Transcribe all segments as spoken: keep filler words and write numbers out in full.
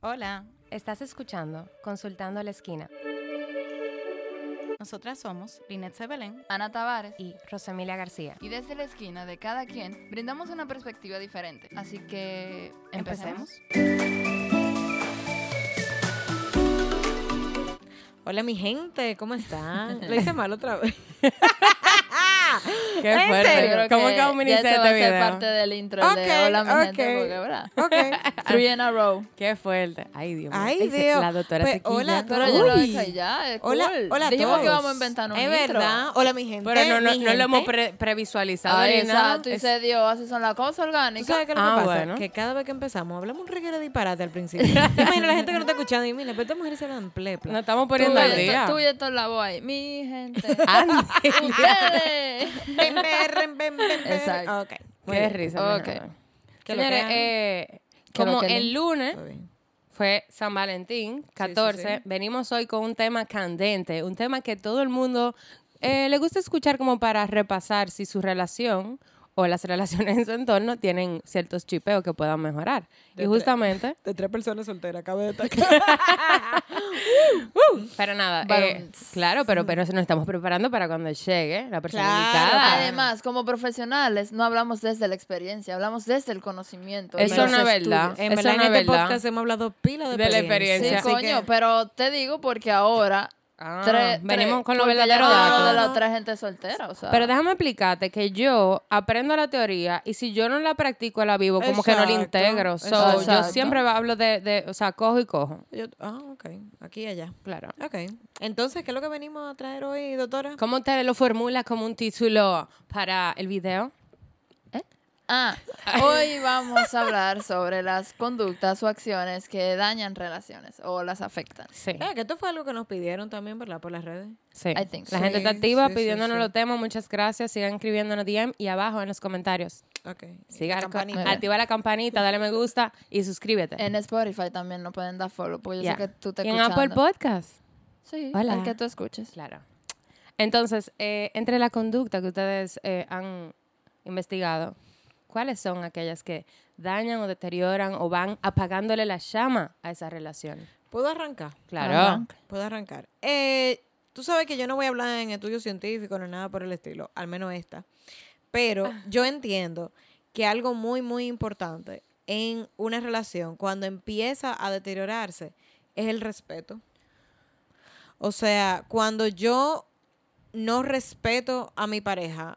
Hola, estás escuchando Consultando a la Esquina. Nosotras somos Linet Sebelén, Ana Tavares y Rosemilia García. Y desde la esquina de cada quien brindamos una perspectiva diferente. Así que, ¿empecemos? Hola mi gente, ¿cómo están? Lo hice mal otra vez. Qué fuerte. ¿Cómo que vamos a iniciar este video? Ya se va a ser parte del intro okay, de Hola mi okay, gente, porque verdad. Okay. Three in a row. Qué fuerte. Ay, Dios mío. Ay, Dios. La doctora pues, se quilla. Hola, pero yo lo hice ya, es hola, cool. Hola a Dijimos todos. que vamos a inventar un es intro. verdad. Hola mi gente. Pero no, no, mi no gente. lo hemos pre previsualizado Ay, ni nada. exacto, y Es... se dio, así son las cosas ¿Tú orgánicas. sabes qué es lo Ah, que pasa? bueno. Que cada vez que empezamos hablamos un reguero de disparate al principio. Imagina la gente que no está escuchando y mira, pero esta mujer se habla en plepla. No estamos poniendo Tú al y día. esto- Tú y esto la voz ahí. Mi gente. Ande. Ustedes. Bem, bem, bem, bem, bem. Exacto. Ok. Qué Muy bien. risa. Ok. mija. ¿Qué lo Señores, que eh, ¿Qué lo como que el ni? lunes Muy bien. fue San Valentín, catorce, sí, sí. venimos hoy con un tema candente, un tema que todo el mundo eh, le gusta escuchar como para repasar si su relación o las relaciones en su entorno tienen ciertos chipeos que puedan mejorar. De y tres. justamente, De tres personas solteras, acabo de destacar. pero nada, eh, Varones. claro, pero, pero nos estamos preparando para cuando llegue la persona Claro, indicada. claro. Además, como profesionales, no hablamos desde la experiencia, hablamos desde el conocimiento. y Eso los no es verdad. estudios. En Eso verdad, no en es este verdad. podcast hemos hablado pila de De la Sí, experiencia. Así coño, que- pero te digo porque ahora Ah, tres, venimos tres- con los porque ya verdaderos no datos. hablamos de No, la no. otra gente soltera, o sea. Pero déjame explicarte que yo aprendo la teoría y si yo no la practico la vivo, como que no la Exacto, integro. So, yo exacto. siempre hablo de, de, o sea, cojo y cojo. Yo- ah, ok. Aquí y allá. Claro. Ok. Entonces, ¿qué es lo que venimos a traer hoy, doctora? ¿Cómo usted lo formula como un título para el video? Ah, hoy vamos a hablar sobre las conductas o acciones que dañan relaciones o las afectan. Sí. Eh, que esto fue algo que nos pidieron también, ¿verdad? Por las redes. sí. I think La so. gente está Sí, activa sí, sí, pidiéndonos sí. los temas. Muchas gracias. Sigan escribiéndonos D M y abajo en los comentarios. Ok. Siga, La campanita. activa la campanita, dale me gusta y suscríbete. En Spotify también nos pueden dar follow, porque yo Ya. sé que tú te y en escuchando. Apple Podcast. Sí, Hola. el que tú escuches. Claro. Entonces, eh, entre la conducta que ustedes eh, han investigado, ¿cuáles son aquellas que dañan o deterioran o van apagándole la llama a esa relación? ¿Puedo arrancar? Claro. Arranca. Puedo arrancar. Eh, tú sabes que yo no voy a hablar en estudios científicos ni nada por el estilo, al menos esta. Pero yo entiendo que algo muy, muy importante en una relación, cuando empieza a deteriorarse, es el respeto. O sea, cuando yo no respeto a mi pareja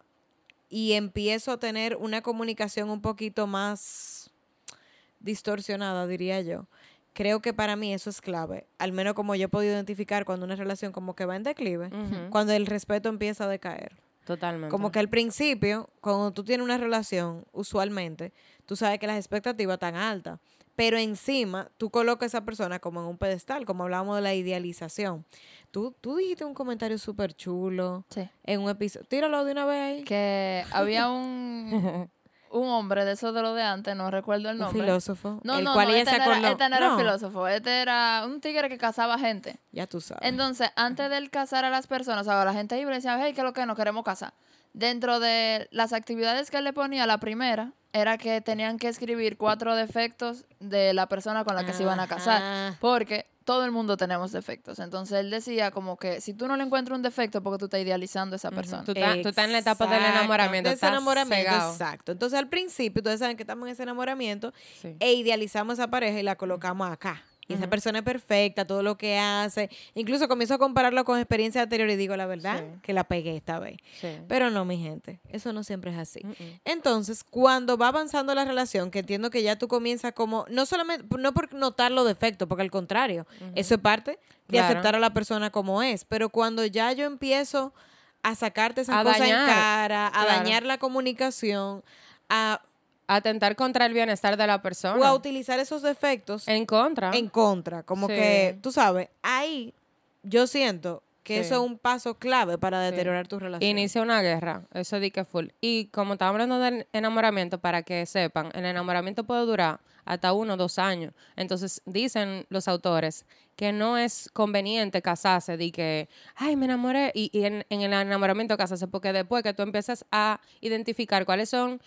y empiezo a tener una comunicación un poquito más distorsionada, diría yo, creo que para mí eso es clave. Al menos como yo he podido identificar cuando una relación como que va en declive, Ujú. cuando el respeto empieza a decaer. Totalmente. Como que al principio, cuando tú tienes una relación, usualmente, tú sabes que las expectativas están altas. Pero encima, tú colocas a esa persona como en un pedestal, como hablábamos de la idealización. Tú, tú dijiste un comentario súper chulo Sí. en un episodio. Tíralo de una vez ahí. Que había un, un hombre de esos de lo de antes, no recuerdo el Un nombre. filósofo. No, el no, cual no, ella este se no, era, acordó. este no era No, filósofo, este era un tigre que cazaba gente. ya tú sabes. Entonces, antes de él cazar a las personas, o sea, la gente iba y le decía, hey, ¿qué es lo que nos queremos cazar? Dentro de las actividades que él le ponía, la primera era que tenían que escribir cuatro defectos de la persona con la que se iban a casar. Ajá. Porque todo el mundo tenemos defectos. Entonces, él decía como que si tú no le encuentras un defecto, porque tú estás idealizando a esa persona. Tú estás tú estás en la etapa del Exacto, enamoramiento. de ese estás enamoramiento, cegado. exacto. Entonces, al principio, ustedes saben que estamos en ese enamoramiento Sí. e idealizamos a esa pareja y la colocamos acá. Y esa Ujú. persona es perfecta, todo lo que hace. Incluso comienzo a compararlo con experiencias anteriores y digo la verdad, Sí. que la pegué esta vez. Sí. Pero no, mi gente, eso no siempre es así. Mm-mm. Entonces, cuando va avanzando la relación, que entiendo que ya tú comienzas como, no solamente, no por notar los defectos, porque al contrario, eso es parte de Claro. aceptar a la persona como es. Pero cuando ya yo empiezo a sacarte esas A cosas en dañar, cara, a claro. dañar la comunicación, a, Atentar contra el bienestar de la persona. o a utilizar esos defectos En contra. en contra, como Sí. que, tú sabes, ahí yo siento que Sí. eso es un paso clave para Sí. deteriorar tu relación. Inicia una guerra, eso di que full. Y como estamos hablando del enamoramiento, para que sepan, el enamoramiento puede durar hasta uno o dos años. Entonces, dicen los autores que no es conveniente casarse, de que, ay, me enamoré, y, y en, en el enamoramiento casarse, porque después que tú empiezas a identificar cuáles son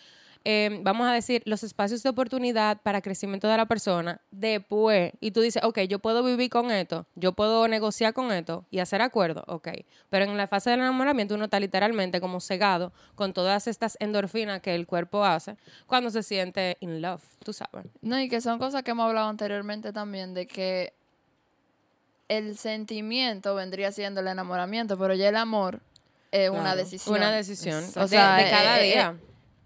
eh, vamos a decir, los espacios de oportunidad para crecimiento de la persona después, y tú dices, ok, yo puedo vivir con esto, yo puedo negociar con esto y hacer acuerdos, ok. Pero en la fase del enamoramiento uno está literalmente como cegado con todas estas endorfinas que el cuerpo hace cuando se siente in love, tú sabes. No, y que son cosas que hemos hablado anteriormente también, de que el sentimiento vendría siendo el enamoramiento, pero ya el amor es una Claro. decisión. Una decisión O de, sea, de cada eh, eh, día.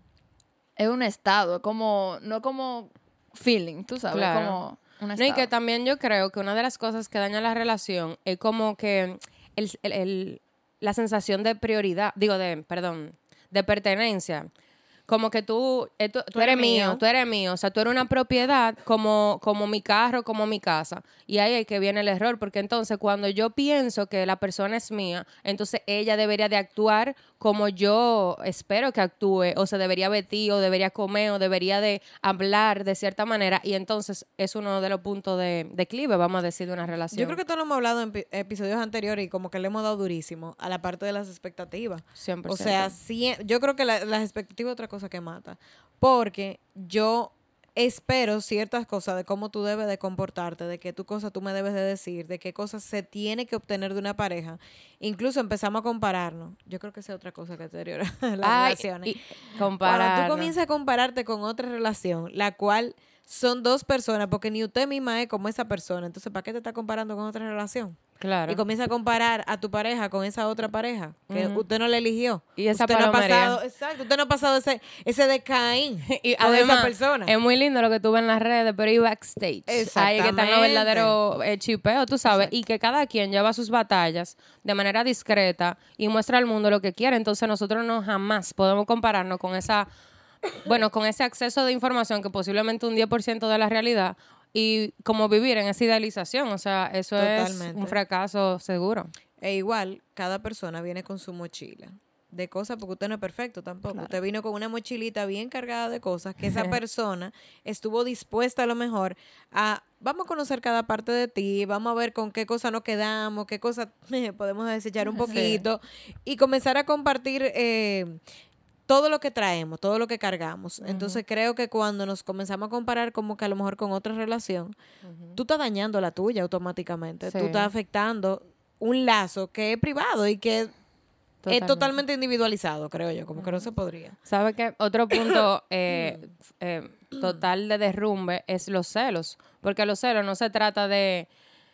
Es un estado, es como, no como feeling, tú sabes, Claro. como un No, estado. y que también yo creo que una de las cosas que daña la relación es como que el, el- el- la sensación de prioridad, digo, de, perdón, de pertenencia. Como que tú, eh, tú, tú eres mío, tú eres mío. O sea, tú eres una propiedad como, como mi carro, como mi casa. Y ahí es que viene el error, porque entonces cuando yo pienso que la persona es mía, entonces ella debería de actuar como yo espero que actúe, o se debería vestir, o debería comer, o debería de hablar de cierta manera. Y entonces es uno de los puntos de declive, vamos a decir, de una relación. Yo creo que todo lo hemos hablado en pi- episodios anteriores y como que le hemos dado durísimo a la parte de las expectativas. cien por O ciento. sea, sí, yo creo que la- las expectativas es otra cosa que mata. Porque yo espero ciertas cosas de cómo tú debes de comportarte, de qué tu cosa tú me debes de decir, de qué cosas se tiene que obtener de una pareja. Incluso empezamos a compararnos. Yo creo que esa es otra cosa que deteriora las Ay, relaciones. y Cuando compararnos. tú comienzas a compararte con otra relación, la cual son dos personas, porque ni usted misma es como esa persona, entonces ¿para qué te estás comparando con otra relación? Claro. Y comienza a comparar a tu pareja con esa otra pareja que Ujú. usted no le eligió. Y esa usted no ha palomería. pasado, exacto, usted no ha pasado ese, ese de Caín Y con además, esa persona. es muy lindo lo que tú ves en las redes, pero y backstage. Ahí es que están los Exactamente. verdaderos eh, chipeos, tú sabes. Exacto. Y que cada quien lleva sus batallas de manera discreta y muestra al mundo lo que quiere. Entonces nosotros no jamás podemos compararnos con esa, bueno, con ese acceso de información que posiblemente un diez por ciento de la realidad y como vivir en esa idealización. O sea, eso es Totalmente. un fracaso seguro. E igual, cada persona viene con su mochila de cosas, porque usted no es perfecto tampoco. Claro. Usted vino con una mochilita bien cargada de cosas que esa persona estuvo dispuesta a lo mejor a, vamos a conocer cada parte de ti, vamos a ver con qué cosas nos quedamos, qué cosas podemos desechar un Sí. poquito y comenzar a compartir eh, todo lo que traemos, todo lo que cargamos. Entonces creo que cuando nos comenzamos a comparar como que a lo mejor con otra relación, tú estás dañando la tuya automáticamente. Sí. Tú estás afectando un lazo que es privado y que Totalmente. es totalmente individualizado, creo yo, como que no se podría. ¿Sabe qué? Otro punto eh, eh, total de derrumbe es los celos. Porque los celos no se trata de...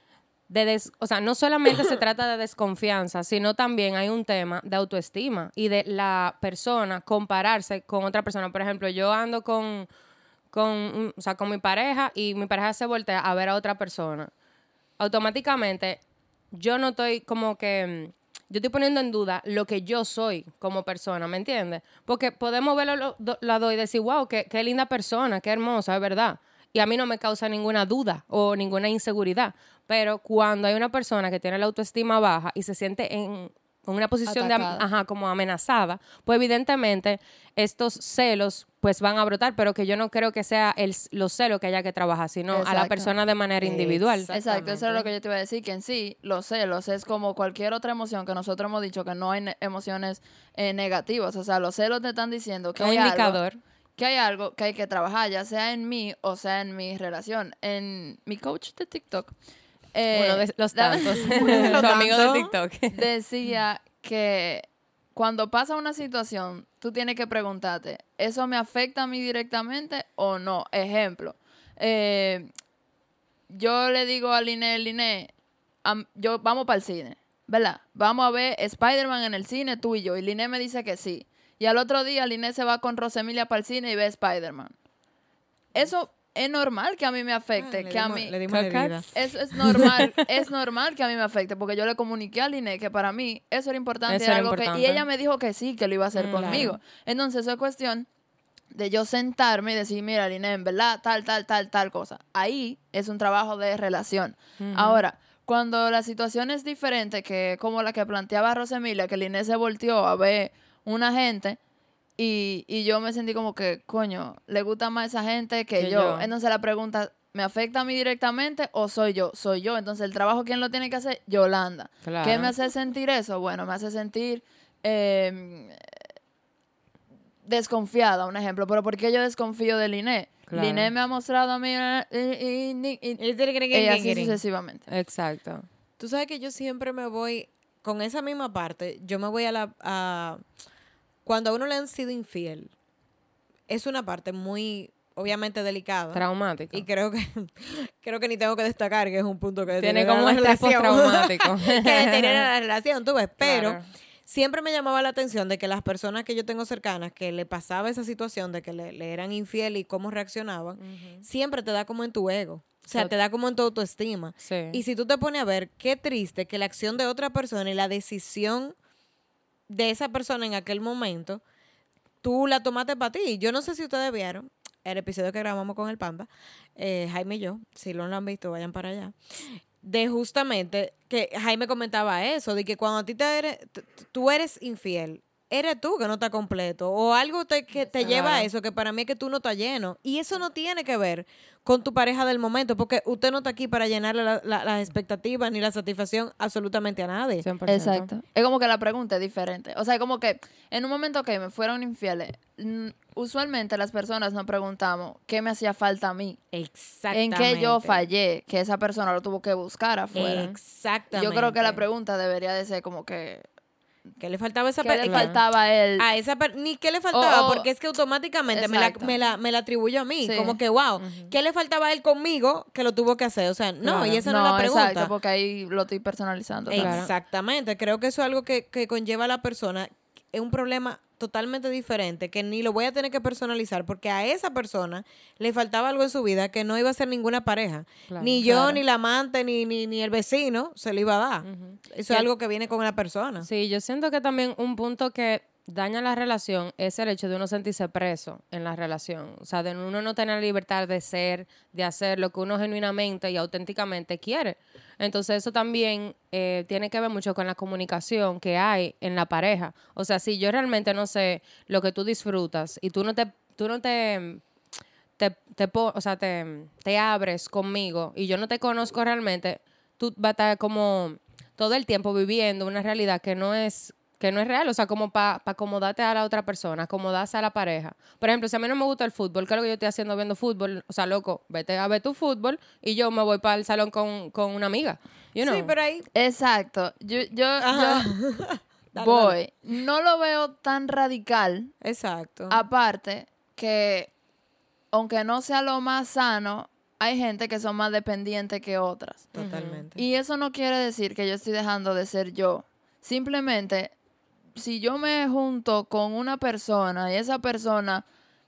de des- o sea, no solamente se trata de desconfianza, sino también hay un tema de autoestima y de la persona compararse con otra persona. Por ejemplo, yo ando con, con, un- o sea, con mi pareja y mi pareja se voltea a ver a otra persona. Automáticamente, yo no estoy como que... mm, yo estoy poniendo en duda lo que yo soy como persona, ¿me entiendes? Porque podemos verlo lo- do- las dos y decir, wow, qué, qué linda persona, qué hermosa, es verdad. Y a mí no me causa ninguna duda o ninguna inseguridad. Pero cuando hay una persona que tiene la autoestima baja y se siente en una posición de, am- Atacada. ajá, como amenazada, pues evidentemente estos celos pues van a brotar, pero que yo no creo que sea el, los celos que haya que trabajar, sino a la Exacto. persona de manera individual. Exacto. Exacto, eso es lo Exactamente. que yo te iba a decir, que en sí los celos es como cualquier otra emoción que nosotros hemos dicho que no hay ne- emociones eh, negativas. O sea, los celos te están diciendo que Un hay algo, indicador. que hay algo que hay que trabajar, ya sea en mí o sea en mi relación. En mi coach de TikTok, eh, Uno de los da- tantos. Lo Tu amigo de tanto. TikTok. decía que cuando pasa una situación, tú tienes que preguntarte, ¿eso me afecta a mí directamente o no? Ejemplo, eh, yo le digo a Liné, Liné, am- yo, vamos para el cine, ¿verdad? Vamos a ver Spider-Man en el cine, tú y yo. Y Liné me dice que sí. Y al otro día Liné se va con Rosemilia para el cine y ve Spider-Man. Eso es normal que a mí me afecte, Ah, le que a dimos- mí... le dimos la Cacats. herida. Es, es normal, es normal que a mí me afecte, porque yo le comuniqué a Liné que para mí eso era importante, Eso era era algo importante. que, y ella me dijo que sí, que lo iba a hacer Mm, conmigo. claro. Entonces eso es cuestión de yo sentarme y decir, mira, Liné, en verdad, tal, tal, tal, tal cosa. Ahí es un trabajo de relación. Ujú. Ahora, cuando la situación es diferente, que como la que planteaba Rosemilia, que Liné se volteó a ver una gente y, y yo me sentí como que, coño, le gusta más esa gente que, Que yo. yo. Entonces la pregunta, ¿me afecta a mí directamente o soy yo? Soy yo. Entonces el trabajo, ¿quién lo tiene que hacer? Yolanda. Claro. ¿Qué me hace sentir eso? Bueno, me hace sentir eh, desconfiada, un ejemplo. Pero ¿por qué yo desconfío de Liné? Claro. Liné me ha mostrado a mí eh, y, y- y- y- y así sucesivamente. Exacto. Tú sabes que yo siempre me voy, con esa misma parte, yo me voy a la... A, cuando a uno le han sido infiel, es una parte muy, obviamente, delicada. Traumático. Y creo que creo que ni tengo que destacar que es un punto que Tiene deteriora como la estrés relación. postraumático. Que deteriora la relación, tú ves. Pero Claro. siempre me llamaba la atención de que las personas que yo tengo cercanas, que le pasaba esa situación de que le, le eran infiel y cómo reaccionaban, Ujú. siempre te da como en tu ego. O sea, Tot- te da como en tu autoestima. Sí. Y si tú te pones a ver, qué triste que la acción de otra persona y la decisión de esa persona en aquel momento, tú la tomaste para ti. Yo no sé si ustedes vieron el episodio que grabamos con el Panda, eh, Jaime y yo, si no lo han visto, vayan para allá, de justamente que Jaime comentaba eso, de que cuando a ti te eres, t- t- tú eres infiel, eres tú que no está completo, o algo te, que te lleva a Claro. eso, que para mí es que tú no estás lleno. Y eso no tiene que ver con tu pareja del momento, porque usted no está aquí para llenarle la- la- las expectativas ni la satisfacción absolutamente a nadie. cien por ciento. Exacto. Es como que la pregunta es diferente. O sea, como que en un momento que me fueron infieles, mm, usualmente las personas nos preguntamos qué me hacía falta a mí, en Exactamente. qué yo fallé, que esa persona lo tuvo que buscar afuera. Exactamente. Yo creo que la pregunta debería de ser como que ¿Qué le faltaba a esa ¿qué le persona? faltaba a él? A esa per- ni qué le faltaba, O- o- porque es que automáticamente me la, Exacto. me, la, me la atribuyo a mí. Sí. Como que, wow, Ujú. ¿qué le faltaba a él conmigo que lo tuvo que hacer? O sea, no, Claro. y esa no, es la pregunta. exacto, porque ahí lo estoy personalizando. Claro. también. Exactamente, creo que eso es algo que, que conlleva a la persona. Es un problema totalmente diferente, que ni lo voy a tener que personalizar, porque a esa persona le faltaba algo en su vida que no iba a ser ninguna pareja. Claro. ni yo, Claro. ni la amante, ni, ni, ni el vecino se lo iba a dar. Ujú. Eso es algo que viene con la persona. Sí, yo siento que también un punto que daña la relación es el hecho de uno sentirse preso en la relación. O sea, de uno no tener la libertad de ser, de hacer lo que uno genuinamente y auténticamente quiere. Entonces eso también eh, tiene que ver mucho con la comunicación que hay en la pareja. O sea, si yo realmente no sé lo que tú disfrutas y tú no te, tú no te, te, te po- o sea, te, te abres conmigo y yo no te conozco realmente, tú vas a estar como todo el tiempo viviendo una realidad que no es que no es real, o sea, como para acomodarte a la otra persona, acomodarse a la pareja. Por ejemplo, si a mí no me gusta el fútbol, ¿qué es lo que yo estoy haciendo viendo fútbol? O sea, loco, vete a ver tu fútbol y yo me voy para el salón con, con una amiga. You know? Sí, pero ahí... Exacto. Yo, yo, Ajá. yo Dale, voy. dale. No lo veo tan radical. Exacto. Aparte que, aunque no sea lo más sano, hay gente que son más dependientes que otras. Totalmente. Y eso no quiere decir que yo estoy dejando de ser yo. Simplemente, si yo me junto con una persona y esa persona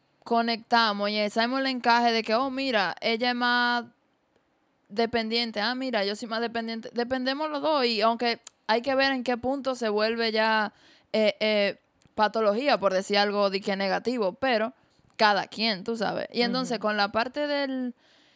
conectamos y hacemos el encaje de que, oh, mira, ella es más dependiente, ah, mira, yo soy más dependiente, dependemos los dos y aunque hay que ver en qué punto se vuelve ya eh, eh, patología, por decir algo de que negativo, pero cada quien, tú sabes. Y entonces con la parte del,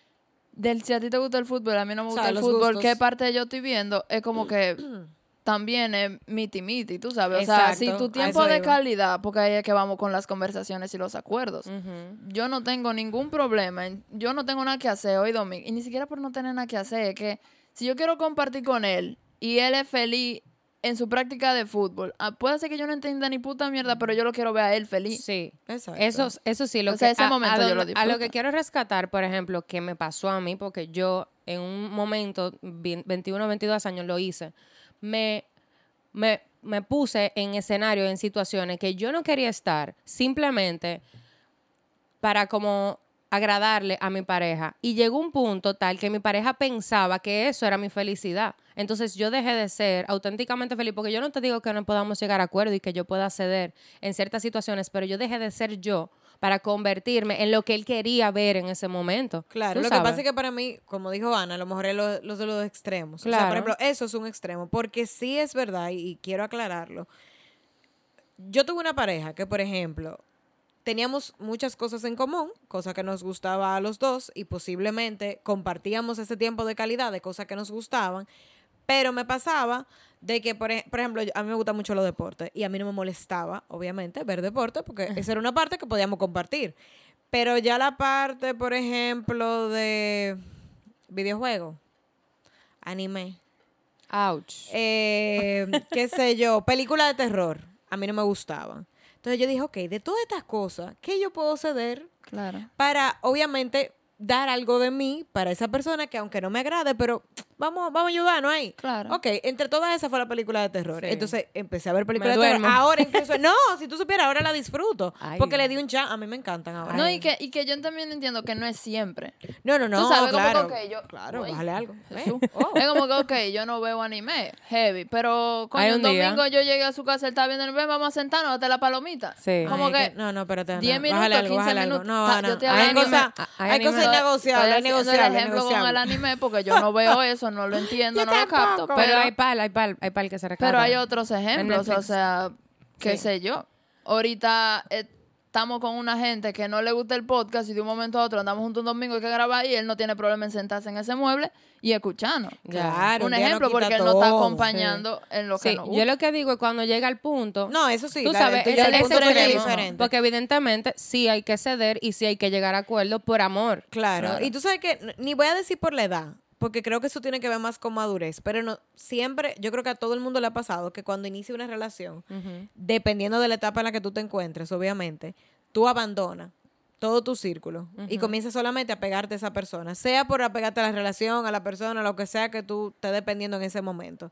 del si a ti te gusta el fútbol, a mí no me O gusta sea, el los fútbol, gustos. qué parte yo estoy viendo, es como que también es miti miti, tú sabes. O sea, Exacto, si a tu tiempo eso de iba. calidad, porque ahí es que vamos con las conversaciones y los acuerdos. Ujú. Yo no tengo ningún problema. en- Yo no tengo nada que hacer hoy domingo. Y ni siquiera por no tener nada que hacer. Es que si yo quiero compartir con él y él es feliz en su práctica de fútbol, ah, puede ser que yo no entienda ni puta mierda, pero yo lo quiero ver a él feliz. Sí. Exacto. Eso, eso sí, lo O que sea, ese a- a, momento yo lo donde- a lo que disfruto. quiero rescatar, por ejemplo, que me pasó a mí, porque yo en un momento, vi- veintiuno, veintidós años, lo hice, me, me, me puse en escenarios, en situaciones que yo no quería estar, simplemente para como agradarle a mi pareja. Y llegó un punto tal que mi pareja pensaba que eso era mi felicidad. Entonces yo dejé de ser auténticamente feliz, porque yo no te digo que no podamos llegar a acuerdo y que yo pueda ceder en ciertas situaciones, pero yo dejé de ser yo para convertirme en lo que él quería ver en ese momento. Claro, ¿Tú lo que sabes? pasa es que para mí, como dijo Ana, a lo mejor es lo- los de los extremos. O sea, Claro. por ejemplo, eso es un extremo, porque sí es verdad, y, y quiero aclararlo. Yo tuve una pareja que, por ejemplo, teníamos muchas cosas en común, cosas que nos gustaba a los dos, y posiblemente compartíamos ese tiempo de calidad de cosas que nos gustaban, pero me pasaba de que, por, ej- por ejemplo, yo- a mí me gustan mucho los deportes, y a mí no me molestaba, obviamente, ver deportes, porque esa era una parte que podíamos compartir. Pero ya la parte, por ejemplo, de videojuegos, anime, Ouch. eh, qué sé yo, películas de terror, a mí no me gustaban. Entonces yo dije, ok, de todas estas cosas, ¿qué yo puedo ceder Claro. para, obviamente, dar algo de mí para esa persona que aunque no me agrade, pero vamos, vamos a ayudarnos ahí? Claro. Ok, entre todas esas fue la película de terror. Sí. Entonces empecé a ver películas Me de terror. duermo. Ahora incluso, no, si tú supieras, ahora la disfruto. Ay. Porque le di un chat. A mí me encantan ahora. No, y que, y que yo también entiendo que no es siempre. No, no, no, Tú sabes, como que, claro. ok, yo- Claro, Uy, bájale algo. Jesús. ¿eh? Oh. Es como que, ok, yo no veo anime, heavy, pero coño, Hay un un día. domingo yo llegué a su casa, él estaba viendo anime, vamos a sentarnos, date la palomita. Sí. Como Ay, que, es No, no, espérate. diez no, minutos, bájale algo, quince bájale algo. minutos. No, Ta- no, yo te hay hablo de cosas, anime. hay Hay cosas anime. innegociables, estoy haciendo el innegociables, ejemplo con el innegociables. anime porque yo no veo eso, no lo entiendo, Yo no lo capto. tampoco. Pero Pero, hay pal, hay pal, hay pal que se rescata. pero hay otros ejemplos, o Netflix. sea, qué Sí. sé yo. Ahorita eh, estamos con una gente que no le gusta el podcast y de un momento a otro andamos juntos un domingo y hay que grabar y él no tiene problema en sentarse en ese mueble y escucharnos. Claro, un ya no ejemplo, quita porque él no está todo. acompañando en lo que Sí, nos yo gusta. lo que digo es cuando llega al punto, No, eso sí. tú la- sabes, tú ese, ya el ese punto de vista es extremo, diferente. porque evidentemente sí hay que ceder y sí hay que llegar a acuerdo por amor. Claro. Claro. Y tú sabes que n- ni voy a decir por la edad, porque creo que eso tiene que ver más con madurez, pero no siempre, yo creo que a todo el mundo le ha pasado que cuando inicia una relación, Ujú. dependiendo de la etapa en la que tú te encuentres, obviamente, tú abandonas todo tu círculo y comienzas solamente a pegarte a esa persona, sea por apegarte a la relación, a la persona, a lo que sea que tú estés dependiendo en ese momento.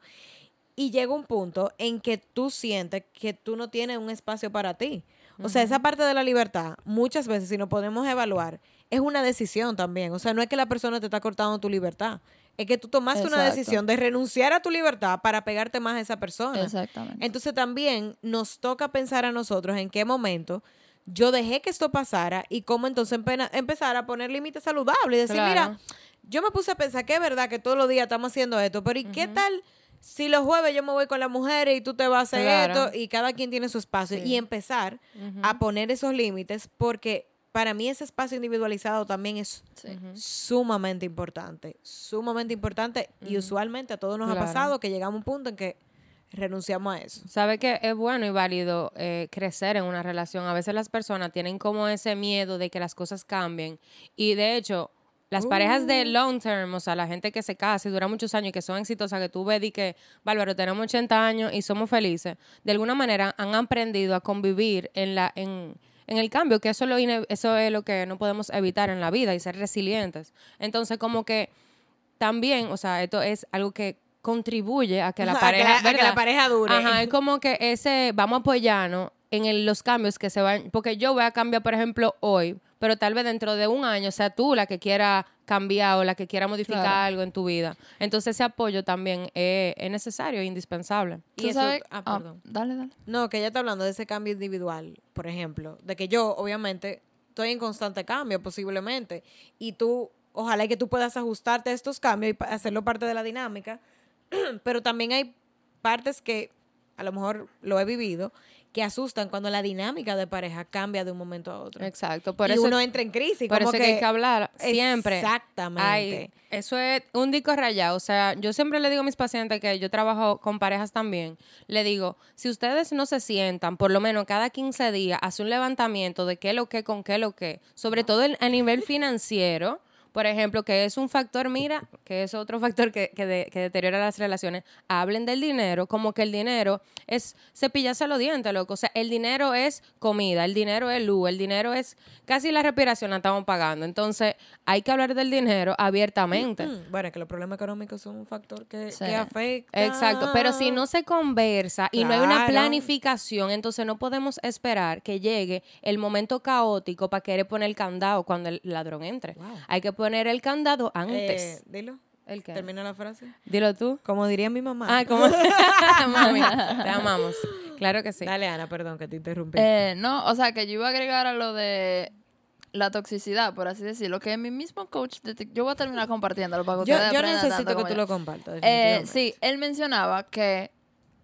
Y llega un punto en que tú sientes que tú no tienes un espacio para ti. O sea, esa parte de la libertad, muchas veces, si nos podemos evaluar, es una decisión también. O sea, no es que la persona te está cortando tu libertad. Es que tú tomaste una Exacto. decisión de renunciar a tu libertad para pegarte más a esa persona. Exactamente. Entonces también nos toca pensar a nosotros en qué momento yo dejé que esto pasara y cómo entonces empena- empezar a poner límites saludables y decir, Claro. mira, yo me puse a pensar que es verdad que todos los días estamos haciendo esto, pero ¿y qué tal si los jueves yo me voy con las mujeres y tú te vas a hacer Claro. esto y cada quien tiene su espacio? Sí. Y empezar a poner esos límites porque para mí ese espacio individualizado también es Sí. sumamente importante, sumamente importante y usualmente a todos nos Claro. ha pasado que llegamos a un punto en que renunciamos a eso. Sabe que es bueno y válido eh, crecer en una relación. A veces las personas tienen como ese miedo de que las cosas cambien. Y de hecho, las parejas de long term, o sea, la gente que se casa y dura muchos años y que son exitosas, que tú ves y que, Bárbaro, tenemos ochenta años y somos felices, de alguna manera han aprendido a convivir en la en, en el cambio, que eso es, lo ine- eso es lo que no podemos evitar en la vida y ser resilientes. Entonces, como que también, o sea, esto es algo que contribuye a que la A que pareja, la- a que la ¿verdad? pareja dure. Ajá, es como que ese, vamos a apoyarnos en el- los cambios que se van, porque yo voy a cambiar, por ejemplo, hoy, pero tal vez dentro de un año sea tú la que quiera cambiar o la que quiera modificar Claro. algo en tu vida. Entonces ese apoyo también es, es necesario e indispensable. ¿Tú Y eso- sabes? ah, Ah, perdón. dale, dale. No, que ella está hablando de ese cambio individual, por ejemplo, de que yo, obviamente, estoy en constante cambio, posiblemente, y tú, ojalá y que tú puedas ajustarte a estos cambios y pa- hacerlo parte de la dinámica, pero también hay partes que, a lo mejor lo he vivido, que asustan cuando la dinámica de pareja cambia de un momento a otro. Exacto. Por y eso, uno entra en crisis, por como eso que, hay que hablar siempre. Exactamente. Ay, eso es un disco rayado. O sea, yo siempre le digo a mis pacientes que yo trabajo con parejas también. Le digo, si ustedes no se sientan, por lo menos cada quince días, hace un levantamiento de qué es lo que, con qué es lo que. Sobre todo el- a nivel financiero. Por ejemplo, que es un factor, mira, que es otro factor que, que, de- que deteriora las relaciones. Hablen del dinero, como que el dinero es cepillarse los dientes, loco. O sea, el dinero es comida, el dinero es luz, el dinero es casi la respiración la estamos pagando. Entonces, hay que hablar del dinero abiertamente. Mm, Bueno, que los problemas económicos son un factor que, Sí. que afecta. Exacto, pero si no se conversa y no hay una Claro. planificación, entonces no podemos esperar que llegue el momento caótico para querer poner el candado cuando el ladrón entre. Wow. Hay que poner el candado Eh, antes. dilo, ¿El qué? termina la frase. Dilo tú. Como diría mi mamá. Ah, como mami, te amamos. Claro que sí. Dale, Ana, perdón que te interrumpí. Eh, no, o sea, que yo iba a agregar a lo de la toxicidad, por así decirlo, que mi mismo coach, de tic- yo voy a terminar compartiéndolo para que yo ustedes yo aprendan necesito tanto que como tú yo. lo compartas. Eh, definitivamente. sí, él mencionaba que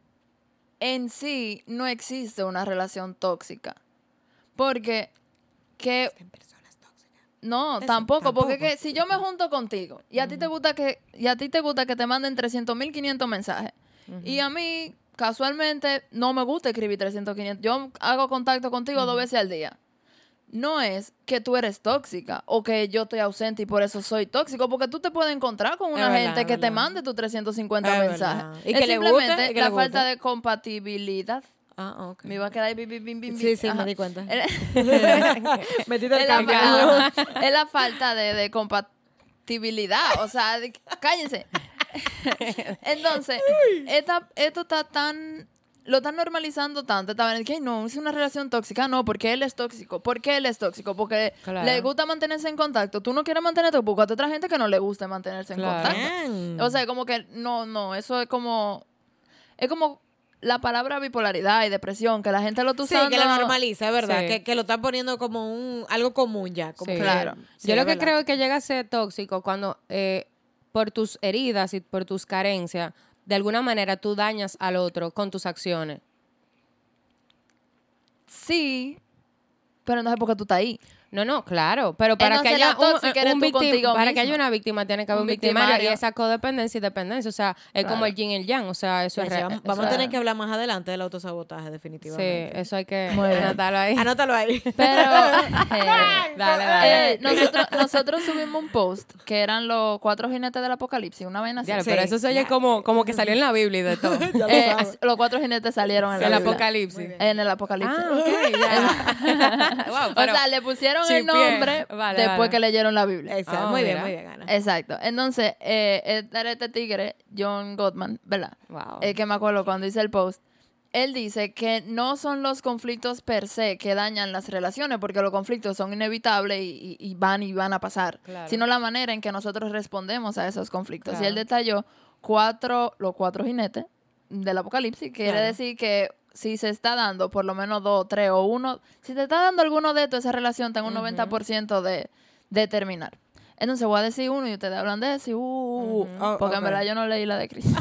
en sí no existe una relación tóxica. Porque que Existen personas tóxicas. no, Eso, tampoco, porque tampoco. que si yo me junto contigo y a ti te gusta que y a ti te gusta que te manden trescientos mil quinientos mensajes y a mí casualmente no me gusta escribir trescientos quinientos, yo hago contacto contigo dos veces al día. No es que tú eres tóxica o que yo estoy ausente y por eso soy tóxico, porque tú te puedes encontrar con una Es verdad, gente es que te verdad. mande tus trescientos cincuenta Es mensajes. verdad. Y es que le guste, simplemente y que la le falta guste. de compatibilidad. Ah, ok. Me iba a quedar ahí, bim, bim, bim, bim, Sí, sí, ajá. me di cuenta. Es Metiste el la, cambio. ajá, es la falta de, de compatibilidad. O sea, de- cállense. Entonces, esta, esto está tan... Lo están normalizando tanto. Estaban que "Ay, no, es una relación tóxica. No, porque él es tóxico. ¿Por qué él es tóxico? Porque Claro. le gusta mantenerse en contacto. Tú no quieres mantenerte, búscate otra gente que no le guste mantenerse en Claro. contacto. Bien. O sea, como que no, no, eso es como... Es como la palabra bipolaridad y depresión, que la gente lo está Sí, usando. que la normaliza, ¿verdad? Sí. Que, que lo están poniendo como un algo común ya. Como Sí. que- Claro. sí, Yo es lo que verdad. creo que llega a ser tóxico cuando eh, por tus heridas y por tus carencias, de alguna manera tú dañas al otro con tus acciones. Sí, pero no sé por qué tú estás ahí. No, no, claro, pero para Entonces, que haya la tóxica eres un, un tú victim- contigo para que haya misma. una víctima tiene que haber Un un victimario, y victimario. esa codependencia y dependencia, o sea, es Claro. como el yin y el yang, o sea, eso es Ya, real. vamos vamos a tener que hablar más adelante del autosabotaje, Sí, definitivamente. eso hay que Muy bien. anotarlo ahí. Anótalo ahí. Pero eh, Dale, dale. eh, nosotros, nosotros subimos un post que eran los cuatro jinetes del apocalipsis, una vaina así. Diablo, Sí. pero eso se oye como, como que salió en la Biblia y de todo. Eh, los cuatro jinetes salieron en el la Biblia. apocalipsis. En el apocalipsis. Ah, ok, ya. Wow, O pero- sea, le pusieron el chipié. nombre Vale, después vale. que leyeron la Biblia. Exacto. Ah, muy bien, mira. muy bien, Ana. Exacto. Entonces, eh, este, este tigre, John Gottman, ¿verdad? Wow. Eh, que me acuerdo cuando hice el post. Él dice que no son los conflictos per se que dañan las relaciones, porque los conflictos son inevitables y, y- y van y van a pasar, Claro. sino la manera en que nosotros respondemos a esos conflictos. Y Claro. él detalló cuatro, los cuatro jinetes del apocalipsis, quiere Claro. decir que si se está dando por lo menos dos, tres o uno, si te está dando alguno de estos, esa relación tenga un noventa por ciento de, de terminar. Entonces voy a decir uno y ustedes hablan de eso y uh, uh, uh, Oh, porque en ok. verdad yo no leí la de Cristo.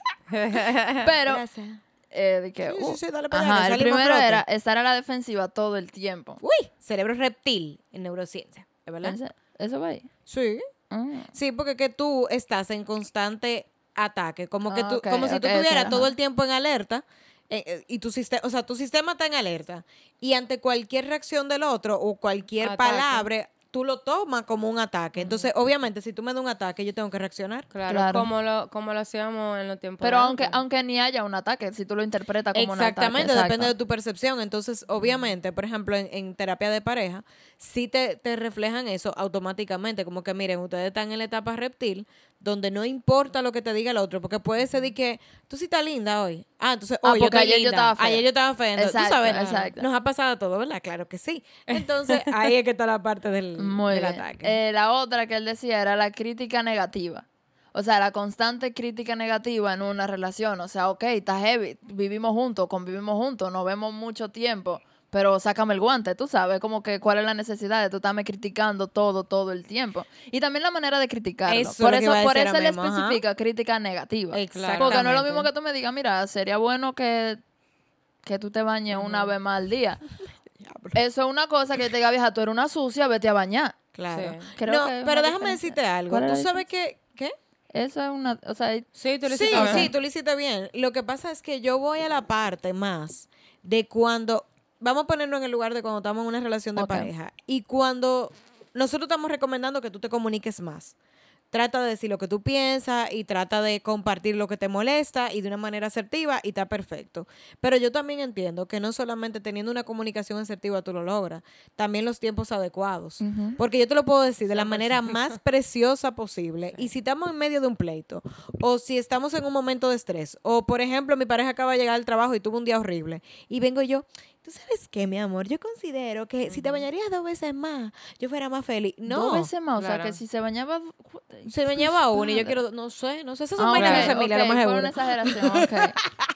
Pero Gracias. eh, de que, Sí, sí, uh, sí, dale para allá, ajá, que el salimos a primero flote. era estar a la defensiva todo el tiempo. Uy, cerebro reptil en neurociencia, ¿es verdad? Ese- ¿Eso va ahí? Sí. Mm. Sí, porque que tú estás en constante ataque, como que Ah, tú, ok, como si tú ok, estuvieras sí, todo ajá. el tiempo en alerta eh, eh, y tu sistema, o sea, tu sistema está en alerta y ante cualquier reacción del otro o cualquier Ataque. palabra tú lo tomas como un ataque. Entonces, obviamente, si tú me das un ataque, yo tengo que reaccionar. Claro, Claro. Como, lo, como lo hacíamos en los tiempos Pero de aunque, antes. aunque ni haya un ataque, si tú lo interpretas como un ataque. Exactamente, exacto. depende de tu percepción. Entonces, obviamente, por ejemplo, en, en terapia de pareja, sí te, te reflejan eso automáticamente. Como que, miren, ustedes están en la etapa reptil, donde no importa lo que te diga el otro, porque puede ser de que tú sí estás linda hoy. Ah, entonces, Ah, hoy yo porque estoy ayer yo linda. estaba fea. Ayer yo estaba fea. Entonces, Exacto, tú sabes, exacto. nos ha pasado todo, ¿verdad? Claro que sí. Entonces, ahí es que está la parte del, Muy del bien. ataque. Eh, la otra que él decía era la crítica negativa. O sea, la constante crítica negativa en una relación. O sea, ok, está heavy, vivimos juntos, convivimos juntos, nos vemos mucho tiempo, pero sácame el guante, tú sabes, como que cuál es la necesidad de tú estarme criticando todo, todo el tiempo. Y también la manera de criticarlo. Eso es por lo que eso, iba a por decir eso él ahora mismo, ajá. especifica crítica negativa. Exactamente. Porque no es lo mismo que tú me digas, mira, sería bueno que, que tú te bañes una vez más al día. Eso es una cosa que te diga, vieja, tú eres una sucia, vete a bañar. Claro. Sí. Creo No, que es pero una déjame diferencia. decirte algo. ¿Cuál es ¿Tú la sabes que, qué? Eso es una, o sea, Sí, tú lo Sí, hiciste bien. sí, tú lo hiciste bien. Lo que pasa es que yo voy a la parte más de cuando, vamos a ponernos en el lugar de cuando estamos en una relación de Ok. pareja y cuando nosotros estamos recomendando que tú te comuniques más. Trata de decir lo que tú piensas y trata de compartir lo que te molesta y de una manera asertiva y está perfecto. Pero yo también entiendo que no solamente teniendo una comunicación asertiva tú lo logras, también los tiempos adecuados. Ujú. Porque yo te lo puedo decir de la manera más preciosa posible. Y si estamos en medio de un pleito, o si estamos en un momento de estrés, o por ejemplo, mi pareja acaba de llegar al trabajo y tuvo un día horrible, y vengo yo, ¿tú sabes qué, mi amor? Yo considero que si te bañarías dos veces más, yo fuera más feliz. No, Dos veces más, o sea, Claro. que si se bañaba... se bañaba uno y yo Padre. quiero, no sé, no sé, esas son Ah, vainas ok, de familia, ok, lo más fue seguro. una exageración, ok.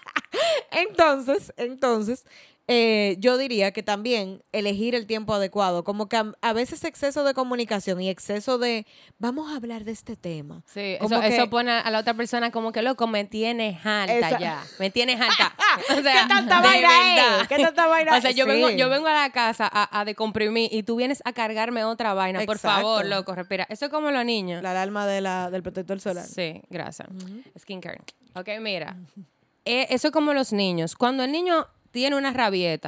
Entonces, entonces, eh, yo diría que también elegir el tiempo adecuado, como que a, a veces exceso de comunicación y exceso de, vamos a hablar de este tema. Sí, Como eso, que- eso pone a la otra persona como que, loco, me tienes harta Esa- ya. Me tienes harta. O sea, ¿Qué tanta de vaina verdad. es? ¿Qué tanta vaina O sea, yo, Sí. vengo, yo vengo a la casa a, a decomprimir y tú vienes a cargarme otra vaina. Por Exacto. favor, loco, respira. Eso es como los niños. La alarma de la, del protector solar. Sí, gracias. Skincare. Ok, mira. Eh, eso es como los niños. Cuando el niño tiene una rabieta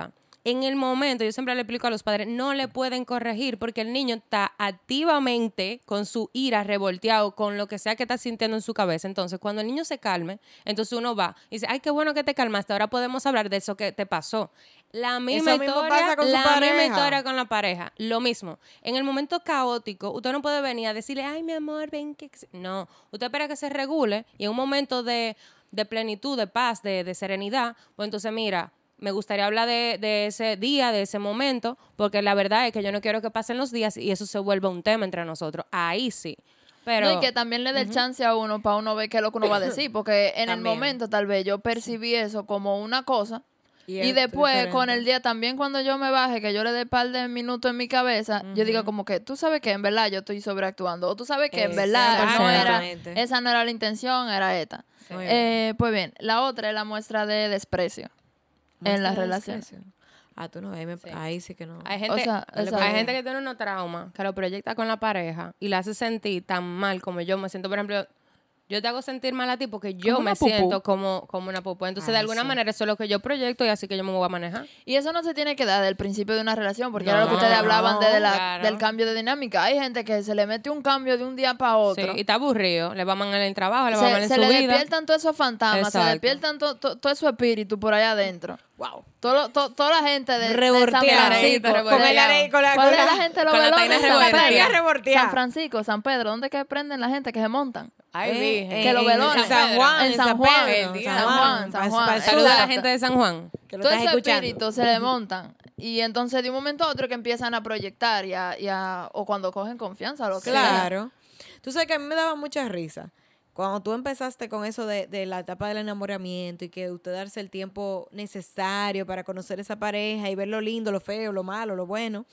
en el momento, yo siempre le explico a los padres, no le pueden corregir porque el niño está activamente con su ira revolteado, con lo que sea que está sintiendo en su cabeza. Entonces, cuando el niño se calme, entonces uno va y dice, ay, qué bueno que te calmaste, ahora podemos hablar de eso que te pasó. La misma Eso mismo historia, pasa con su la misma pareja. historia con la pareja. Lo mismo. En el momento caótico, usted no puede venir a decirle, ay, mi amor, ven que... No, usted espera que se regule y en un momento de, de plenitud, de paz, de, de serenidad, pues entonces mira, me gustaría hablar de, de ese día, de ese momento, porque la verdad es que yo no quiero que pasen los días y eso se vuelva un tema entre nosotros. Ahí sí. Pero, No, y que también le dé el chance a uno para uno ver qué es lo que uno va a decir, porque en el También. momento tal vez yo percibí eso como una cosa. Y, Y es después, diferente. con el día, también cuando yo me baje, que yo le dé un par de minutos en mi cabeza, yo digo como que, tú sabes que en verdad yo estoy sobreactuando. O tú sabes que en verdad no era, Exactamente. esa no era la intención, era esta. Muy bien. Eh, pues bien, la otra es la muestra de desprecio en las Muestra de relaciones. desprecio. Ah, tú no, ahí, me, Sí. ahí sí que no. Hay gente, O sea, hay exacto. gente que tiene unos traumas que lo proyecta con la pareja y la hace sentir tan mal como yo me siento. Por ejemplo, yo te hago sentir mal a ti porque yo Como una me pupú. siento como, como una popó. Entonces, de Ah, alguna sí. manera, eso es lo que yo proyecto y así que yo me voy a manejar. Y eso no se tiene que dar del principio de una relación, porque No, era lo que ustedes hablaban de, de la, claro. del cambio de dinámica. Hay gente que se le mete un cambio de un día para otro. Sí, y está aburrido. Le va mal en el trabajo, le va mal se en se su le vida. despiertan todos esos fantasmas, se Exacto. despiertan to- to- todo su espíritu por allá adentro. Wow. Todo, to- toda la gente de, de San Revolteado. Francisco. Revolteado. Con el are- con la, ¿Cuál con es la- la gente de los con la velones? taina San revolteada. Pedro. revolteada. San Francisco, San Pedro. ¿Dónde que prenden la gente que se montan? Ay, Eh, virgen. Que los en velones. San Juan, En en San San Juan, Pedro, el San Juan, San pa- Juan. pa- Saluda a la Exacto. gente de San Juan. que lo Todo estás ese escuchando. espíritu se le montan. Y entonces de un momento a otro que empiezan a proyectar y a, y a- o cuando cogen confianza, lo que sea. Claro. Tú sabes que a mí me daba mucha risa. Cuando tú empezaste con eso de, de la etapa del enamoramiento y que usted darse el tiempo necesario para conocer esa pareja y ver lo lindo, lo feo, lo malo, lo bueno.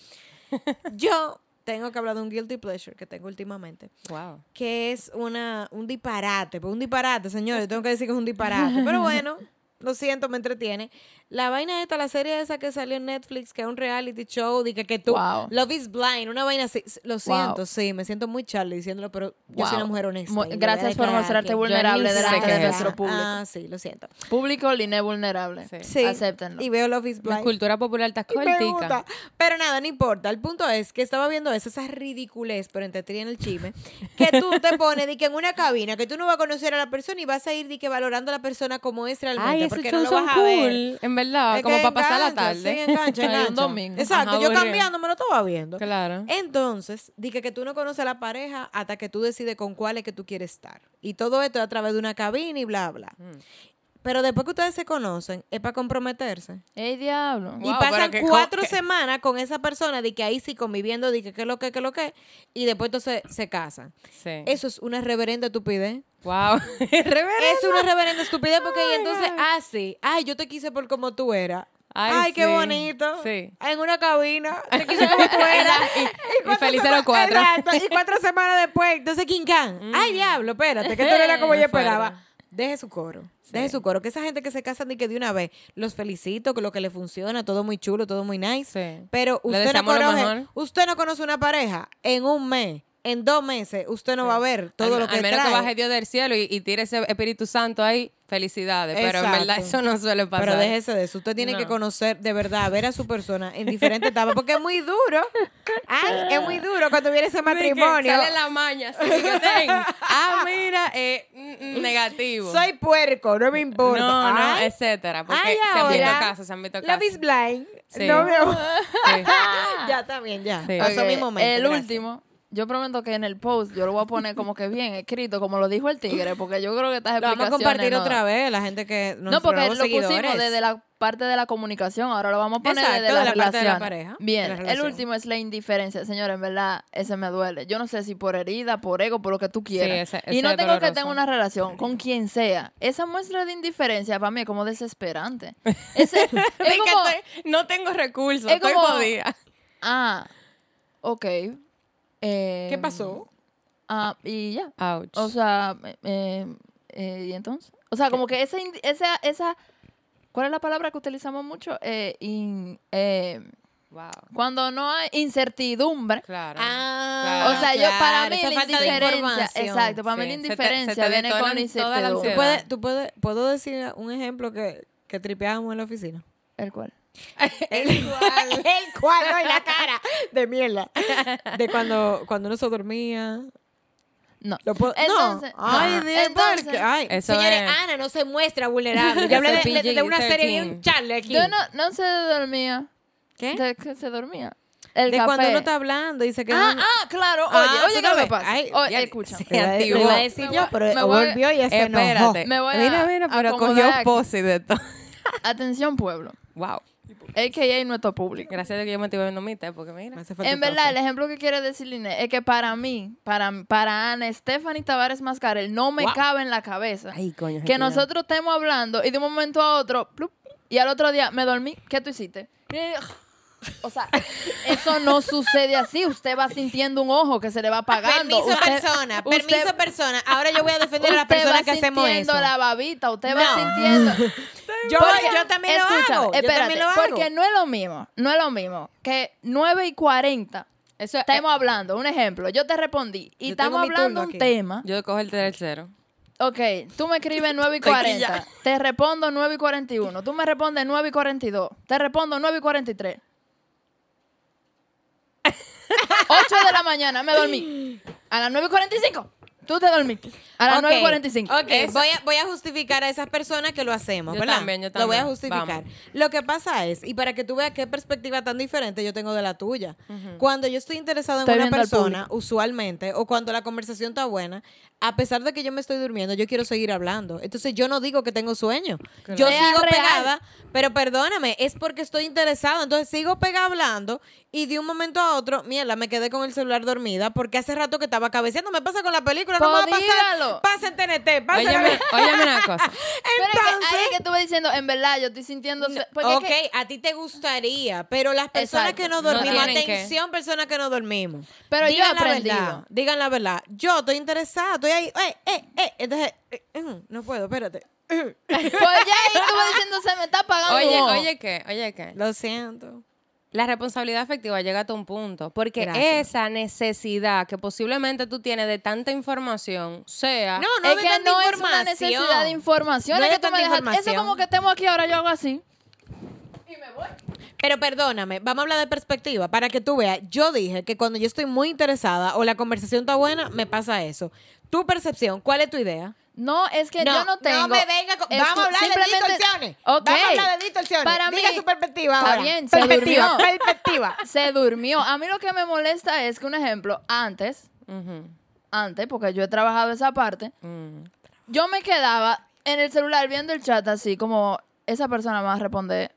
Yo tengo que hablar de un guilty pleasure que tengo últimamente, Wow. que es una un disparate. Pues un disparate, señores. Tengo que decir que es un disparate. Pero bueno, lo siento, me entretiene. La vaina esta, la serie esa que salió en Netflix, que es un reality show, de que, que tú, Wow. Love is Blind, una vaina así. Lo siento, Wow. sí, me siento muy Charlie diciéndolo, pero yo soy Wow. una mujer honesta. Mu- y lo voy a gracias por declarar mostrarte aquí. vulnerable Yo ni delante sé de qué es nuestro eso. público. Ah, sí, lo siento. Público Liné vulnerable. Sí. Sí. Acéptenlo. Y veo Love is La Blind. cultura popular está Y me cortica. gusta. Pero nada, no importa. El punto es que estaba viendo eso, esa ridiculez, pero entretiene el chisme, que tú te pones de que en una cabina, que tú no vas a conocer a la persona y vas a ir de que valorando a la persona como es realmente, Ay, ese porque show no lo son vas a ver. cool. En verdad, Es como que para pasar la engancha, tarde. Sí, engancha, Hay un engancha. domingo. Exacto, Ajá, yo aburrido. cambiando me lo estaba viendo. Claro. Entonces, dije que tú no conoces a la pareja hasta que tú decides con cuál es que tú quieres estar. Y todo esto a través de una cabina y bla, bla. Mm. Pero después que ustedes se conocen, es para comprometerse. ¡Ey, diablo! Y Wow, pasan pero que cuatro co- que- semanas con esa persona de que ahí sí conviviendo, de que qué lo que, qué lo que, y después entonces se casan. Sí. Eso es una reverenda estupidez. Wow. Reverendo. Es una reverenda estupidez porque y entonces, ah, sí, ay, yo te quise por como tú eras. Ay, Ay, qué sí. bonito. Sí. En una cabina, te quise como tú eras. y, y cuatro felices sema- los cuatro. Exacto, y cuatro semanas después, entonces King Khan. Ay, diablo, espérate, que esto no era como Qué yo esperaba. fuerte. Deje su coro. Sí. Deje su coro. Que esa gente que se casan y que de una vez, los felicito, que lo que le funciona, todo muy chulo, todo muy nice. Sí. Pero Le usted no, deseamos lo conoce, mejor. usted no conoce una pareja en un mes, en dos meses, usted no va a ver todo al, lo que al menos trae. que baje Dios del cielo y, y tire ese Espíritu Santo ahí, felicidades. Pero en verdad Exacto. eso no suele pasar. Pero déjese de eso. Usted tiene No. que conocer de verdad, ver a su persona en diferentes etapas, porque es muy duro. Ay, es muy duro cuando viene ese De que matrimonio. Sale la maña, así de que ten. Ah, mira, eh, mm, mm, negativo. Soy puerco, no me importa. No, no, Ay, etcétera. Porque ay, se han visto ahora, casos, se han visto Love casos. is blind. Sí. No me... Sí. ya está bien, ya. Sí. Pasó Ok, mi momento. El gracias. último, yo prometo que en el post yo lo voy a poner como que bien escrito, como lo dijo el tigre, porque yo creo que estas Lo vamos a explicaciones compartir no- otra vez, la gente que nos No, porque lo seguidores. pusimos desde la parte de la comunicación, ahora lo vamos a poner Exacto, desde la, de la parte de la relación. pareja, de Bien, la el relación. último es la indiferencia. Señores, en verdad, ese me duele. Yo no sé si por herida, por ego, por lo que tú quieras. ese- y ese no es tengo que doloroso. tener una relación con quien sea. Esa muestra de indiferencia para mí es como desesperante. Ese, es De que como, estoy- no tengo recursos, es estoy como- jodida. ah, ok. eh, ¿Qué pasó? Ah, y ya. Ouch. O sea, eh, eh, ¿y entonces? O sea, como que esa, indi- esa, esa, ¿cuál es la palabra que utilizamos mucho? Eh, in- eh, wow. cuando no hay incertidumbre. Claro. Ah, O sea, yo para claro, mí esa la falta de indiferencia, información. exacto, para mí Sí, la se te- indiferencia se te viene con la detonan toda la incertidumbre. ¿Tú ansiedad. puedes, tú puedes, ¿Puedo decir un ejemplo que, que tripeábamos en la oficina? ¿El cual? El cual. El cual, no, y la cara de mierda. De cuando, cuando uno se dormía. No. Lo puedo- Entonces, no. Ay, no. Dios, Entonces- ¿por qué? Ay, Eso señores, es- Ana no se muestra vulnerable. Yo hablé de, Ese de- de una serie P G bien charle aquí. Yo no, no se dormía. ¿Qué? ¿De qué se dormía? El de café. cuando uno está hablando y se queda... Ah, uno- ah, claro. Oye, Ah, oye, tú ¿qué no me ves. pasa? Ay, Oye, ya- escucha. se Lo iba a- activó. lo iba a decir Me yo, voy- pero me voy- volvió y ya se enojó. Espérate. Me voy a mira, mira, pero acomodar cogió aquí. pose de todo. Atención, pueblo. Wow. A K A nuestro público. Gracias a Dios que yo me estoy bebiendo mi té, porque mira. Me hace falta En un verdad, el café. ejemplo que quiere decir Linet es que para mí, para, para Ana Stephanie Tavares Mascarel, no me Wow. cabe en la cabeza Ay, coño. que nosotros estemos hablando y de un momento a otro, plup, y al otro día me dormí. ¿Qué tú hiciste? Y- O sea, eso no sucede así. Usted va sintiendo un ojo que se le va apagando. Permiso, Usted- persona. usted- Permiso, persona. Ahora yo voy a defender a las usted personas va que hacemos sintiendo eso. la babita, usted No. va sintiendo. Yo, Porque- yo también escucha, lo hago. Yo espérate, también lo hago. porque no es lo mismo, no es lo mismo que nueve y cuarenta Eso es. estamos hablando, un ejemplo, yo te respondí y Yo estamos tengo mi hablando turno un aquí. tema. Yo cojo el tercero. Ok, tú me escribes nueve y Estoy cuarenta, quilla. te respondo nueve y cuarenta y uno, tú me respondes nueve y cuarenta y dos, te respondo nueve y cuarenta y tres. ocho de la mañana, me dormí. A las nueve y cuarenta y cinco, tú te dormiste. A las Ok, nueve y cuarenta y cinco. Ok, voy a, voy a justificar a esas personas que lo hacemos, Yo ¿verdad? también, yo Lo voy a también. justificar. Vamos. Lo que pasa es, y para que tú veas qué perspectiva tan diferente yo tengo de la tuya, cuando yo estoy interesado en Estoy una viendo al persona, usualmente, o cuando la conversación está buena, a pesar de que yo me estoy durmiendo, yo quiero seguir hablando. Entonces yo no digo que tengo sueño. Yo Sea sigo real. pegada, pero perdóname, es porque estoy interesado. Entonces sigo pegada hablando y de un momento a otro, mierda, me quedé con el celular dormida porque hace rato que estaba cabeceando. Me pasa con la película, no me va a Pues pasar. dígalo. Pasa en T N T, pasa en Óyeme, óyeme una cosa. Pero es que ahí es que tú vas diciendo, en verdad, yo estoy sintiendo... porque es Ok, que- a ti te gustaría, pero las personas Exacto. que no No dormimos, tienen que. atención, personas que no dormimos. Pero yo he digan la aprendido. verdad, digan la verdad. Yo estoy interesada, estoy ahí, eh, eh, eh. Entonces, eh, eh, no puedo, espérate. Pues ya ahí tú vas diciendo, se me está apagando un Oye, ojo. oye, ¿qué? Oye, ¿qué? Lo siento. La responsabilidad afectiva llega hasta un punto, porque Gracias. esa necesidad que posiblemente tú tienes de tanta información sea... No, no es de que tanta no es información. una necesidad de información. No es de que tú me tanta dejas- información. Eso es como que estemos aquí, ahora yo hago así. Pero perdóname, vamos a hablar de perspectiva para que tú veas. Yo dije que cuando yo estoy muy interesada o la conversación está buena, me pasa eso. Tu percepción, ¿cuál es tu idea? No, es que yo no tengo... No me venga con... es Vamos a tu- hablar de simplemente- distorsiones. Ok. Vamos a hablar de distorsiones. Para Diga mí- su perspectiva Está ahora. bien, se perspectiva, durmió. perspectiva. Se durmió. A mí lo que me molesta es que, un ejemplo, antes, Ujú, antes, porque yo he trabajado esa parte, mm. yo me quedaba en el celular viendo el chat así, como esa persona me va a responder.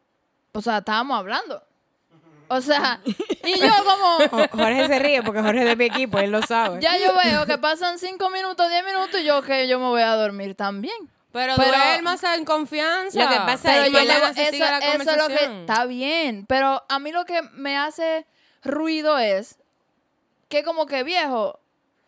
O sea, estábamos hablando. O sea, y yo como... Jo- Jorge se ríe porque Jorge es de mi equipo, él lo sabe. Ya yo veo que pasan cinco minutos, diez minutos y yo que yo me voy a dormir también. Pero, Pero- duermas en confianza. Lo que pasa Pero es yo que le- luego eso, se sigue la eso es lo que conversación. está bien. Pero a mí lo que me hace ruido es que como que viejo,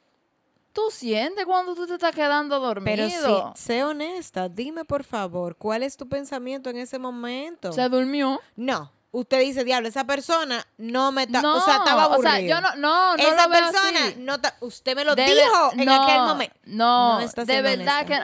tú sientes cuando tú te estás quedando dormido. Pero sí, sé honesta, dime por favor, ¿cuál es tu pensamiento en ese momento? Se durmió. No, usted dice, diablo, esa persona no me está, No, o sea, estaba aburrido. o sea, yo no, no, no esa lo veo persona, así. no ta- usted me lo De dijo ver- en no, aquel momento. No, No está de siendo verdad honesta.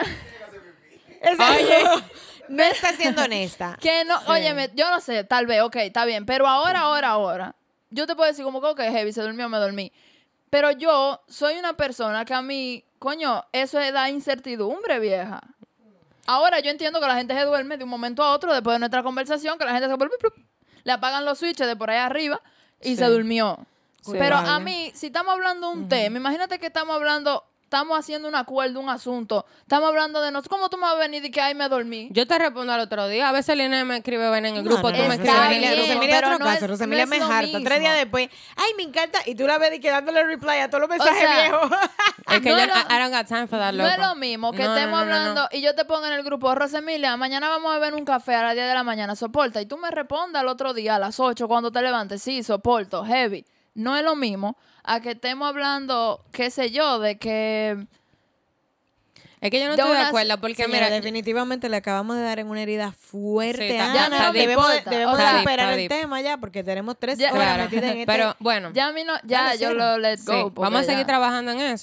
que Oye, no está siendo honesta. Que no, Sí. óyeme, yo no sé, tal vez, ok, está bien, pero ahora, ahora, ahora, yo te puedo decir como que, ok, heavy, se durmió, me dormí. Pero yo soy una persona que a mí, coño, eso es da incertidumbre, vieja. Ahora yo entiendo que la gente se duerme de un momento a otro después de nuestra conversación, que la gente se vuelve, plup, le apagan los switches de por ahí arriba y Sí. se durmió. Sí, Pero vale. a mí, si estamos hablando de un tema, imagínate que estamos hablando, estamos haciendo un acuerdo, un asunto, estamos hablando de nosotros, ¿cómo tú me vas a venir y que ahí me dormí? Yo te respondo al otro día. A veces Lina me escribe ven en el No, grupo, no, tú no, me está escribes en el bien, grupo. Rosemilia es pero otro no caso. es- Rosemilia no me es lo harta. Tres mismo. días después, ay, me encanta. Y tú la ves y que dándole reply a todos los mensajes sea, viejos. Es que No yo es lo- I don't got time for that, No loco. es lo mismo que No, no, estemos no, no, no. hablando y yo te pongo en el grupo, Rosemilia, mañana vamos a beber un café a las diez de la mañana, soporta. Y tú me respondas al otro día a las ocho cuando te levantes, sí, soporto, heavy. No es lo mismo a que estemos hablando, qué sé yo, de que... Es que yo no de estoy de unas- acuerdo porque, Señora, mira, definitivamente le acabamos de dar en una herida fuerte Sí, a está- Ana. ya no me debemos de, importa. debemos O de sea, superar está el deep. tema ya porque tenemos tres Ya- horas claro. metidas en este. Pero bueno, Ya a mí no, ya Dale, yo cierra. lo let sí, go. porque vamos a seguir ya- trabajando en eso.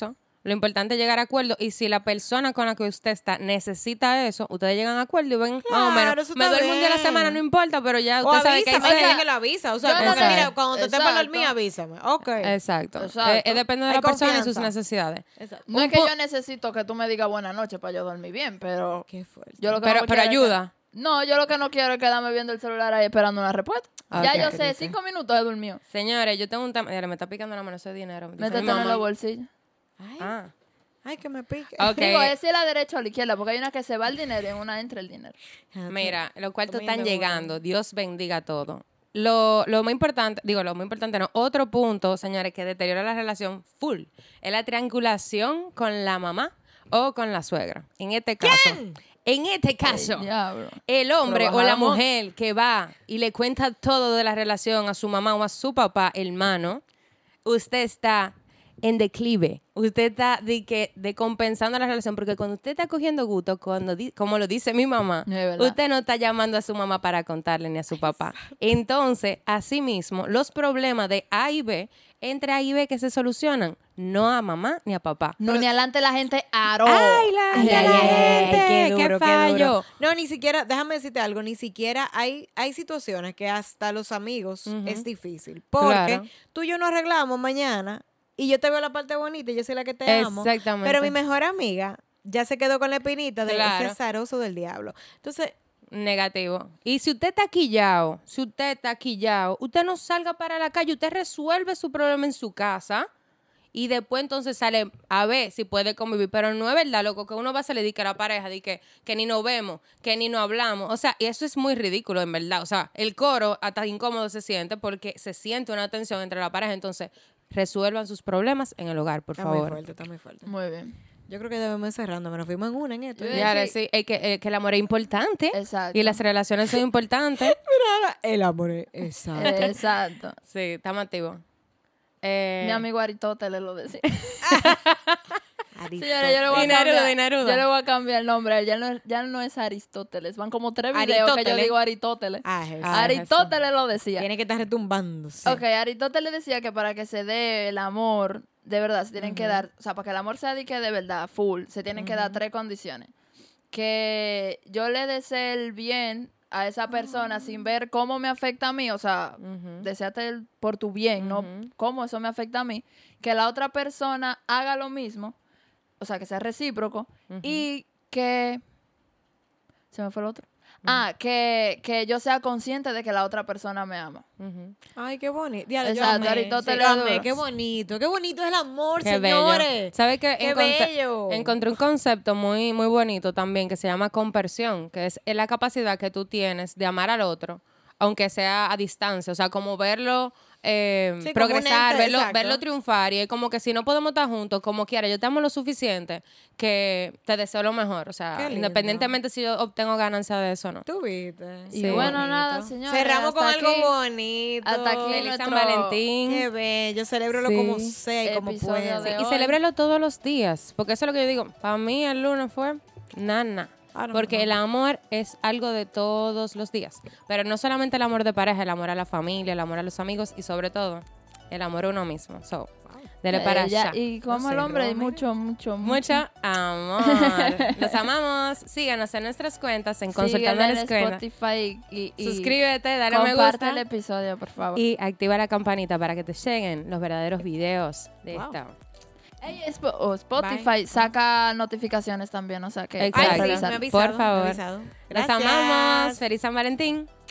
Lo importante es llegar a acuerdo y si la persona con la que usted está necesita eso, ustedes llegan a acuerdo y ven más o Claro, menos. eso Me está duermo un día a la bien. semana, no importa, pero ya O usted sabe que hay avísame, seis. alguien que lo avisa. O sea, Yo como que no- mira, cuando te estés para Exacto. dormir, avísame. Ok. Exacto. Exacto. Eh, eh, depende de Hay la persona y sus confianza. necesidades. Exacto. No Un es que pu- yo necesito que tú me digas buenas noches para yo dormir bien, pero Qué fuerte. yo lo que Pero, no pero quiero es que- ayuda. No, yo lo que no quiero es quedarme viendo el celular ahí esperando una respuesta. Ah, ya ok. yo Qué sé, rico. cinco minutos he dormido. Señores, yo tengo un tema. Mira, me está picando la mano ese dinero. dice mi Métetelo en mamá. los bolsillos. Ay, Ah, ay, que me pique. ok. Digo, es ir a la derecha o a la izquierda, porque hay una que se va el dinero y en una entra el dinero. Mira, los cuartos Comiendo están bueno. llegando. Dios bendiga todo. Lo, lo más importante, digo, lo más importante no, otro punto, señores, que deteriora la relación full, es la triangulación con la mamá o con la suegra. En este caso, en este caso, Diablo. el hombre Pero o la bajamos. mujer que va y le cuenta todo de la relación a su mamá o a su papá, hermano, usted está en declive. Usted está de que decompensando la relación, porque cuando usted está cogiendo gusto, cuando di- como lo dice mi mamá, Es verdad. usted no está llamando a su mamá para contarle ni a su papá. Entonces, asimismo, los problemas de A y B, entre A y B que se solucionan, no a mamá ni a papá. No, ni adelante la gente aró. ¡Ay, la, Ay, la ay, ay, gente! qué ¡Qué duro, qué fallo! duro. No, ni siquiera, déjame decirte algo, ni siquiera hay, hay situaciones que hasta los amigos Ujú. es difícil. Porque Claro. tú y yo nos arreglamos mañana y yo te veo la parte bonita y yo soy la que te amo. Exactamente. Pero mi mejor amiga ya se quedó con la espinita de Claro. ese azaroso del diablo. Entonces, Negativo. Y si usted está quillado, si usted está quillado, usted no salga para la calle, usted resuelve su problema en su casa y después entonces sale a ver si puede convivir. Pero no es verdad, loco, que uno va a salir y que la pareja, de que, que ni nos vemos, que ni nos hablamos. O sea, y eso es muy ridículo, en verdad. O sea, el coro hasta incómodo se siente porque se siente una tensión entre la pareja. Entonces, resuelvan sus problemas en el hogar, por está muy favor. fuerte, está muy fuerte. Muy bien. Yo creo que debemos ir cerrando, nos fuimos en una en esto. Yo ¿eh? iba Ya, Sí. sí, es que, es que el amor es importante Exacto. y las relaciones son importantes. Mira, el amor es exacto. Exacto. Sí, estamos activos. Eh, Mi amigo Aristóteles lo decía. Aristóteles. Señora, yo le voy a Y Neruda, cambiar, y Neruda. yo le voy a cambiar el nombre. a él. Ya no, es- ya no es Aristóteles. Van como tres videos que yo Aristóteles. digo Aristóteles. Ah, Jesús. Ah, Aristóteles lo decía. Tiene que estar retumbándose. Ok, Aristóteles decía que para que se dé el amor, de verdad, se tienen que dar, o sea, para que el amor se dedique de verdad, full, se tienen que dar tres condiciones. Que yo le desee el bien a esa persona sin ver cómo me afecta a mí, o sea, Ujú. deseate el por tu bien, no Ujú. cómo eso me afecta a mí. Que la otra persona haga lo mismo, o sea, que sea recíproco y que... ¿Se me fue el otro? Ah, que, que yo sea consciente de que la otra persona me ama. Ujú. Ay, qué bonito. Diablo, yo Exacto, amé. Aristóteles Sí, amé. duro. Qué bonito, qué bonito es el amor, Qué señores. bello. ¿Sabe qué? Qué Encontré- bello. Encontré un concepto muy, muy bonito también que se llama compersión, que es la capacidad que tú tienes de amar al otro, aunque sea a distancia. O sea, como verlo eh, Sí, como un progresar, ente, verlo, exacto. verlo triunfar. Y es como que si no podemos estar juntos, como quiera, yo te amo lo suficiente que te deseo lo mejor. O sea, Qué lindo. independientemente si yo obtengo ganancia de eso o no. Tú viste. Y Sí. bueno, Bonito. nada, señores. Cerramos con hasta algo aquí. bonito. hasta aquí Feliz nuestro San Valentín. Qué bello. Celébralo Sí. como sea y como Episodio pueda. de Y hoy. celébralo todos los días, porque eso es lo que yo digo. Para mí el lunes fue nana. I don't Porque know. el amor es algo de todos los días. Pero no solamente el amor de pareja, el amor a la familia, el amor a los amigos y sobre todo el amor a uno mismo. So, dele para Eh, ya, allá. Y como sé, el hombre, hay Roma. mucho, mucho, Mucho amor. Los amamos. Síganos en nuestras cuentas, en Consultando Sígueme la en Escuela. Spotify y, y Suscríbete, dale me comparte gusta. el episodio, por favor. Y activa la campanita para que te lleguen los verdaderos videos de Wow. esta. Ey, Sp- o Spotify Bye. saca notificaciones también, o sea que Exacto. Ay, sí, revisar. me ha avisado, Por favor. me ha avisado. Los Gracias. amamos. Feliz San Valentín.